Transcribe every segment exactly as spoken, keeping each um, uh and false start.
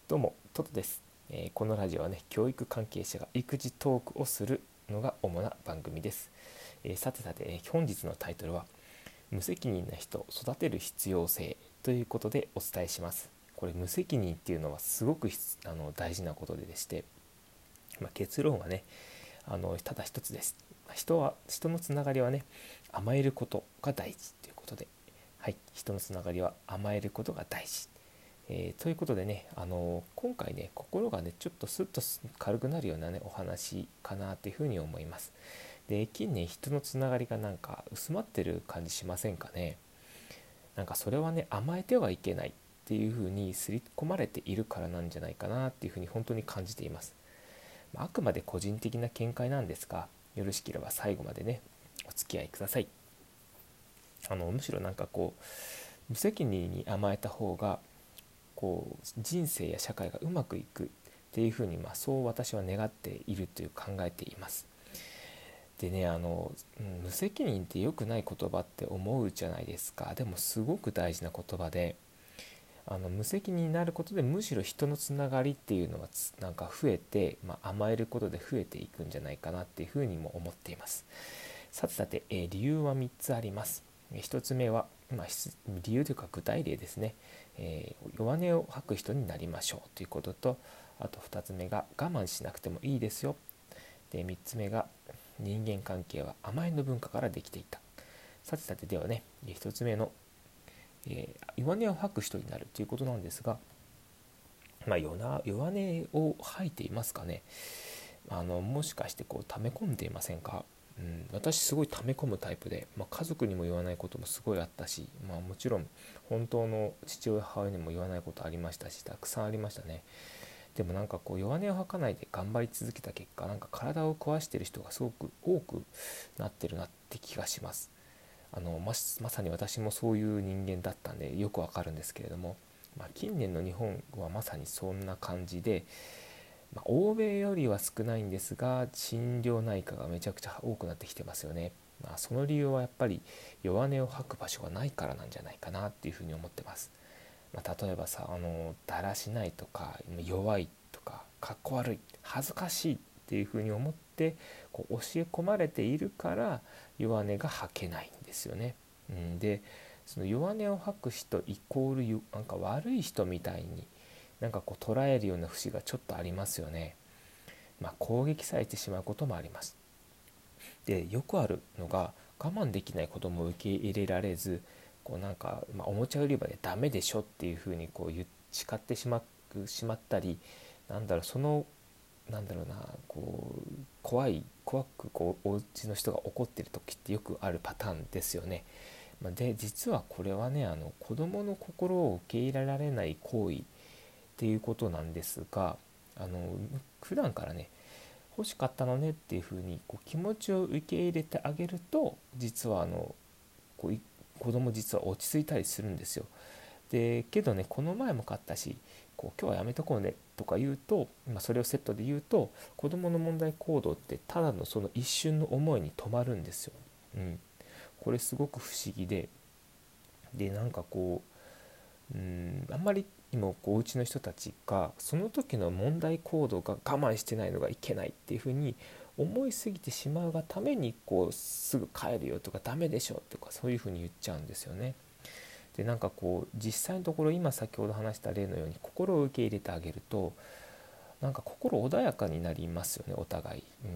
どうもトトです、えーこのラジオはね、教育関係者が育児トークをするのが主な番組です。えーさてさて、えー本日のタイトルは無責任な人を育てる必要性ということでお伝えします。これ無責任っていうのはすごくあの大事なことででして、まあ、結論はねあのただ一つです。人は人のつながりはね、甘えることが大事ということで、はい、人のつながりは甘えることが大事。えーということでね、あのー今回ね、心がね、ちょっとスッと軽くなるようなね、お話かなというふうに思います。で、近年人のつながりがなんか薄まってる感じしませんかね。なんかそれはね、甘えてはいけないっていうふうに刷り込まれているからなんじゃないかなっていうふうに本当に感じています。まああくまで個人的な見解なんですが、よろしければ最後までね、お付き合いください。あの、むしろなんかこう、無責任に甘えた方がこう人生や社会がうまくいくっていうふうに、まあ、そう私は願っているという考えています。でね、あの、うん、無責任って良くない言葉って思うじゃないですか。でもすごく大事な言葉で、あの無責任になることでむしろ人のつながりっていうのはつなんか増えて、まあ、甘えることで増えていくんじゃないかなっていうふうにも思っています。さてさて、えー理由はみっつあります。ひとつめは、まあ、理由というか具体例ですね、えー弱音を吐く人になりましょうということと、あとふたつめが我慢しなくてもいいですよ。でみっつめが人間関係は甘えの文化からできていた。さてさて、ではね、ひとつめの、えー弱音を吐く人になるということなんですが、まあ、弱な弱音を吐いていますかね。あのもしかしてこう溜め込んでいませんか。うん、私すごい溜め込むタイプで、まあ、家族にも言わないこともすごいあったし、まあ、もちろん本当の父親母親にも言わないことありましたし、たくさんありましたね。でもなんかこう弱音を吐かないで頑張り続けた結果、なんか体を壊している人がすごく多くなってるなって気がします。あのままさに私もそういう人間だったんでよくわかるんですけれども、まあ、近年の日本はまさにそんな感じで、まあ、欧米よりは少ないんですが、心療内科がめちゃくちゃ多くなってきてますよね。まあ、その理由はやっぱり弱音を吐く場所がないからなんじゃないかなっていうふうに思ってます。まあ、例えばさ、あのだらしないとか弱いとかかっこ悪い恥ずかしいっていうふうに思ってこう教え込まれているから弱音が吐けないんですよね。うん、でその弱音を吐く人イコールなんか悪い人みたいになんかこう捉えるような節がちょっとありますよね。まあ、攻撃されてしまうこともあります。でよくあるのが、我慢できない子供を受け入れられず、こうなんか、まあ、おもちゃ売り場でダメでしょっていうふうにこう言叱ってしまうしまったり、なんだろうそのなんだろうなこう怖い怖くこうお家の人が怒ってる時ってよくあるパターンですよね。まあで実はこれはね、あの子供の心を受け入れられない行為っていうことなんですが、あの普段からね、欲しかったのねっていうふうにこう気持ちを受け入れてあげると、実はあのこうい子供実は落ち着いたりするんですよ。でけどね、この前も買ったし、こう今日はやめとこうねとか言うと、まあ、それをセットで言うと、子供の問題行動ってただのその一瞬の思いに止まるんですよ。うん、これすごく不思議で、でなんかこう、うん、あんまりにもこうお家の人たちがその時の問題行動が我慢してないのがいけないっていうふうに思いすぎてしまうがために、こうすぐ帰るよとかダメでしょとかそういうふうに言っちゃうんですよね。でなんかこう実際のところ、今先ほど話した例のように心を受け入れてあげると、なんか心穏やかになりますよね、お互い。うん、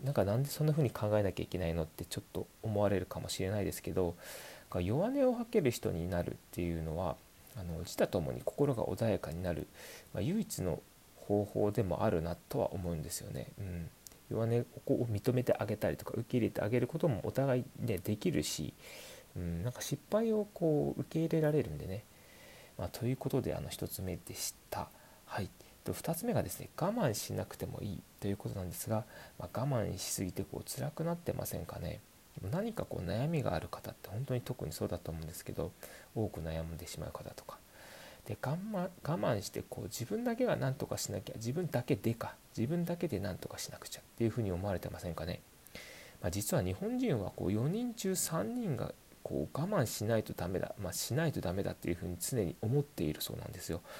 なんかなんでそんな風に考えなきゃいけないのってちょっと思われるかもしれないですけど、弱音を吐ける人になるっていうのは、あの自他ともに心が穏やかになる、まあ、唯一の方法でもあるなとは思うんですよね。うん、弱音を認めてあげたりとか受け入れてあげることもお互いでできるし、うん、なんか失敗をこう受け入れられるんでね。まあ、ということで、あのひとつめでした。はい。ふたつめがですね、我慢しなくてもいいということなんですが、まあ、我慢しすぎてこう辛くなってませんかね。何かこう悩みがある方って本当に特にそうだと思うんですけど、多く悩んでしまう方とかで、我慢我慢してこう自分だけが何とかしなきゃ、自分だけでか自分だけで何とかしなくちゃっていうふうに思われてませんかね。まあ、実は日本人はこうよにん中さんにんがこう我慢しないとダメだ、まあ、しないとダメだっていうふうに常に思っているそうなんですよ。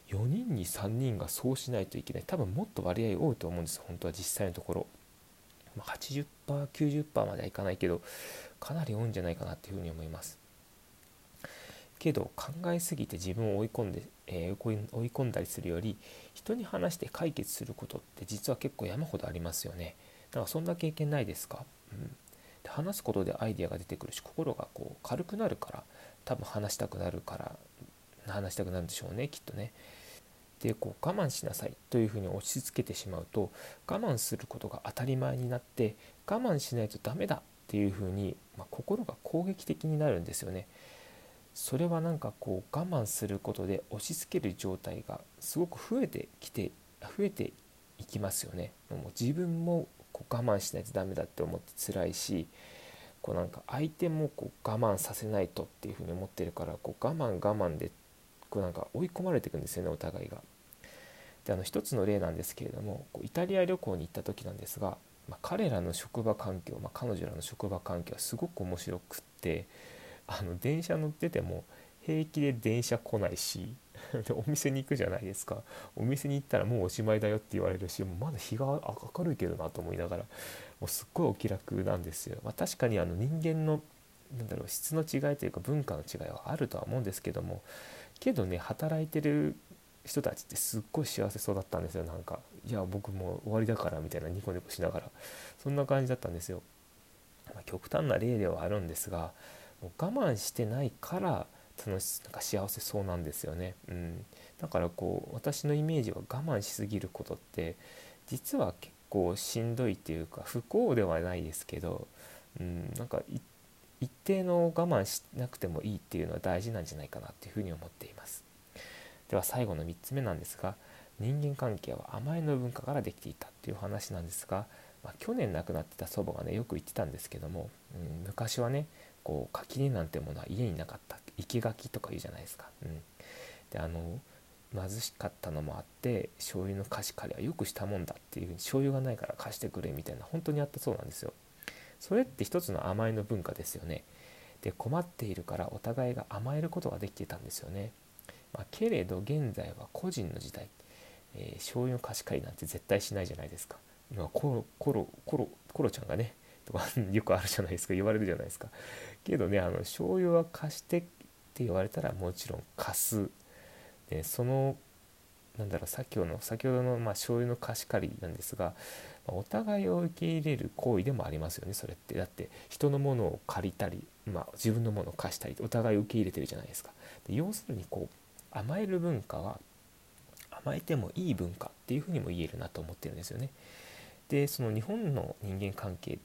よにんにさんにんがそうしないといけない。多分もっと割合多いと思うんです、本当は実際のところ。まあ、はちじゅっパーセント、きゅうじゅっパーセントまではいかないけど、かなり多いんじゃないかなっていうふうに思います。けど考えすぎて自分を追い込んで、えー追い込んだりするより、人に話して解決することって実は結構山ほどありますよね。だからそんな経験ないですか？うん、で話すことでアイデアが出てくるし、心がこう軽くなるから、多分話したくなるから話したくなるんでしょうね、きっとね。でこう我慢しなさいというふうに押し付けてしまうと、我慢することが当たり前になって、我慢しないとダメだっていうふうに、まあ、心が攻撃的になるんですよね。それはなんかこう我慢することで押し付ける状態がすごく増えてきて増えていきますよね。もう自分もこう我慢しないとダメだって思って辛いし、こうなんか相手もこう我慢させないとっていうふうに思ってるから、こう我慢我慢でこうなんか追い込まれていくんですよね、お互いが。であの一つの例なんですけれども、こうイタリア旅行に行った時なんですが、まあ、彼らの職場環境、まあ、彼女らの職場環境はすごく面白くって、あの電車乗ってても平気で電車来ないしでお店に行くじゃないですか。お店に行ったらもうおしまいだよって言われるし、もうまだ日が明るいけどなと思いながら、もうすっごいお気楽なんですよ。まあ、確かにあの人間のなんだろう質の違いというか文化の違いはあるとは思うんですけども、けどね、働いてる人たちってすっごい幸せそうだったんですよ。なんかいや僕もう終わりだからみたいなニコニコしながら、そんな感じだったんですよ。まあ、極端な例ではあるんですが、もう我慢してないから楽しなんか幸せそうなんですよね。うん、だからこう私のイメージは、我慢しすぎることって実は結構しんどいっていうか不幸ではないですけど、うん、なんか一定の我慢しなくてもいいっていうのは大事なんじゃないかなっていうふうに思っています。では最後のみっつめなんですが、人間関係は甘えの文化からできていたっていう話なんですが、まあ、去年亡くなってた祖母がねよく言ってたんですけども、うん、昔はねこう垣根なんてものは家になかった、生垣とか言うじゃないですか。うん、であの貧しかったのもあって醤油の貸し借りはよくしたもんだっていうふうに、醤油がないから貸してくれみたいな、本当にあったそうなんですよ。それって一つの甘えの文化ですよね。で困っているからお互いが甘えることができていたんですよね。まあ、けれど現在は個人の時代、えー、醤油の貸し借りなんて絶対しないじゃないですか。まあ、コロコロコロコロちゃんがねとかよくあるじゃないですか、言われるじゃないですか。けどね、あの醤油は貸してって言われたらもちろん貸す。でそのなんだろう先ほどの先ほどのまあ醤油の貸し借りなんですが、まあお互いを受け入れる行為でもありますよね、それって。だって人のものを借りたり、まあ、自分のものを貸したり、お互い受け入れてるじゃないですか。で要するにこう甘える文化は甘えてもいい文化っていうふうにも言えるなと思ってるんですよね。でその日本の人間関係って、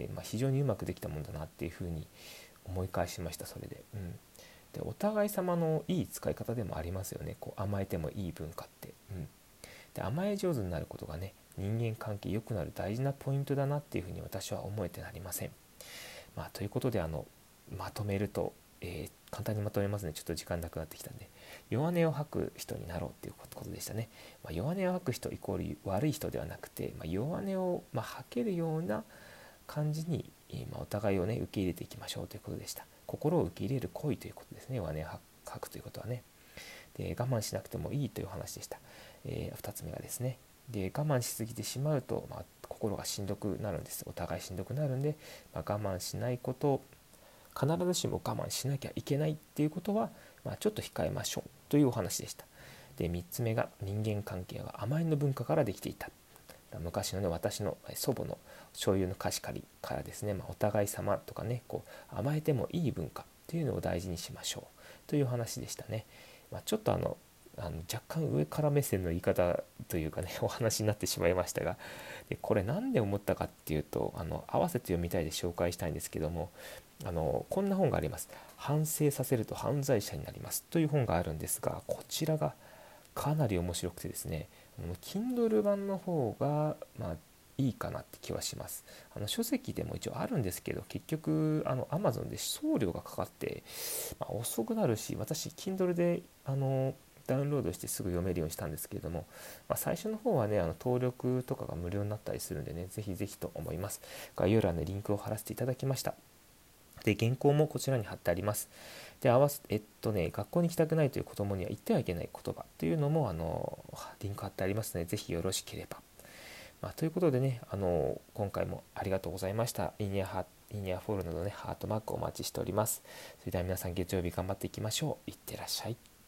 まあ、非常にうまくできたもんだなっていうふうに思い返しました、それで。うん、でお互い様のいい使い方でもありますよね、こう甘えてもいい文化って。うん、で甘え上手になることがね、人間関係良くなる大事なポイントだなっていうふうに私は思えてなりません。まあ、ということであのまとめると、えー簡単にまとめますね。ちょっと時間なくなってきたんで、弱音を吐く人になろうっていうことでしたね。まあ、弱音を吐く人イコール悪い人ではなくて、まあ、弱音をまあ吐けるような感じに、まあ、お互いをね受け入れていきましょうということでした。心を受け入れる恋ということですね、弱音を吐くということはね。で我慢しなくてもいいという話でした。えー、ふたつめがですね、で我慢しすぎてしまうと、まあ、心がしんどくなるんです。お互いしんどくなるんで、まあ、我慢しないこと、必ずしも我慢しなきゃいけないっていうことは、まあ、ちょっと控えましょうというお話でした。でみっつめが、人間関係は甘えの文化からできていた。昔のね私の祖母の醤油の貸し借りからですね、まあ、お互い様とかねこう甘えてもいい文化というのを大事にしましょうという話でしたね。まあ、ちょっとあのあの若干上から目線の言い方というかねお話になってしまいましたが、でこれ何で思ったかっていうと、あの合わせて読みたいで紹介したいんですけども、あのこんな本があります。反省させると犯罪者になりますという本があるんですが、こちらがかなり面白くてですね、Kindle 版の方がまあいいかなって気はします。あの書籍でも一応あるんですけど、結局あの Amazon で送料がかかって、まあ、遅くなるし、私 Kindle であのダウンロードしてすぐ読めるようにしたんですけれども、まあ、最初の方はねあの登録とかが無料になったりするんでね、ぜひぜひと思います。概要欄でリンクを貼らせていただきました。 で、原稿もこちらに貼ってあります。で、合わせ、えっとね、学校に行きたくないという子供には言ってはいけない言葉というのも、あの、リンク貼ってありますので、ぜひよろしければ。まあ、ということでね、あの、今回もありがとうございました。イニアハ、イニアフォローなどね、ハートマークお待ちしております。それでは皆さん月曜日頑張っていきましょう。いってらっしゃい。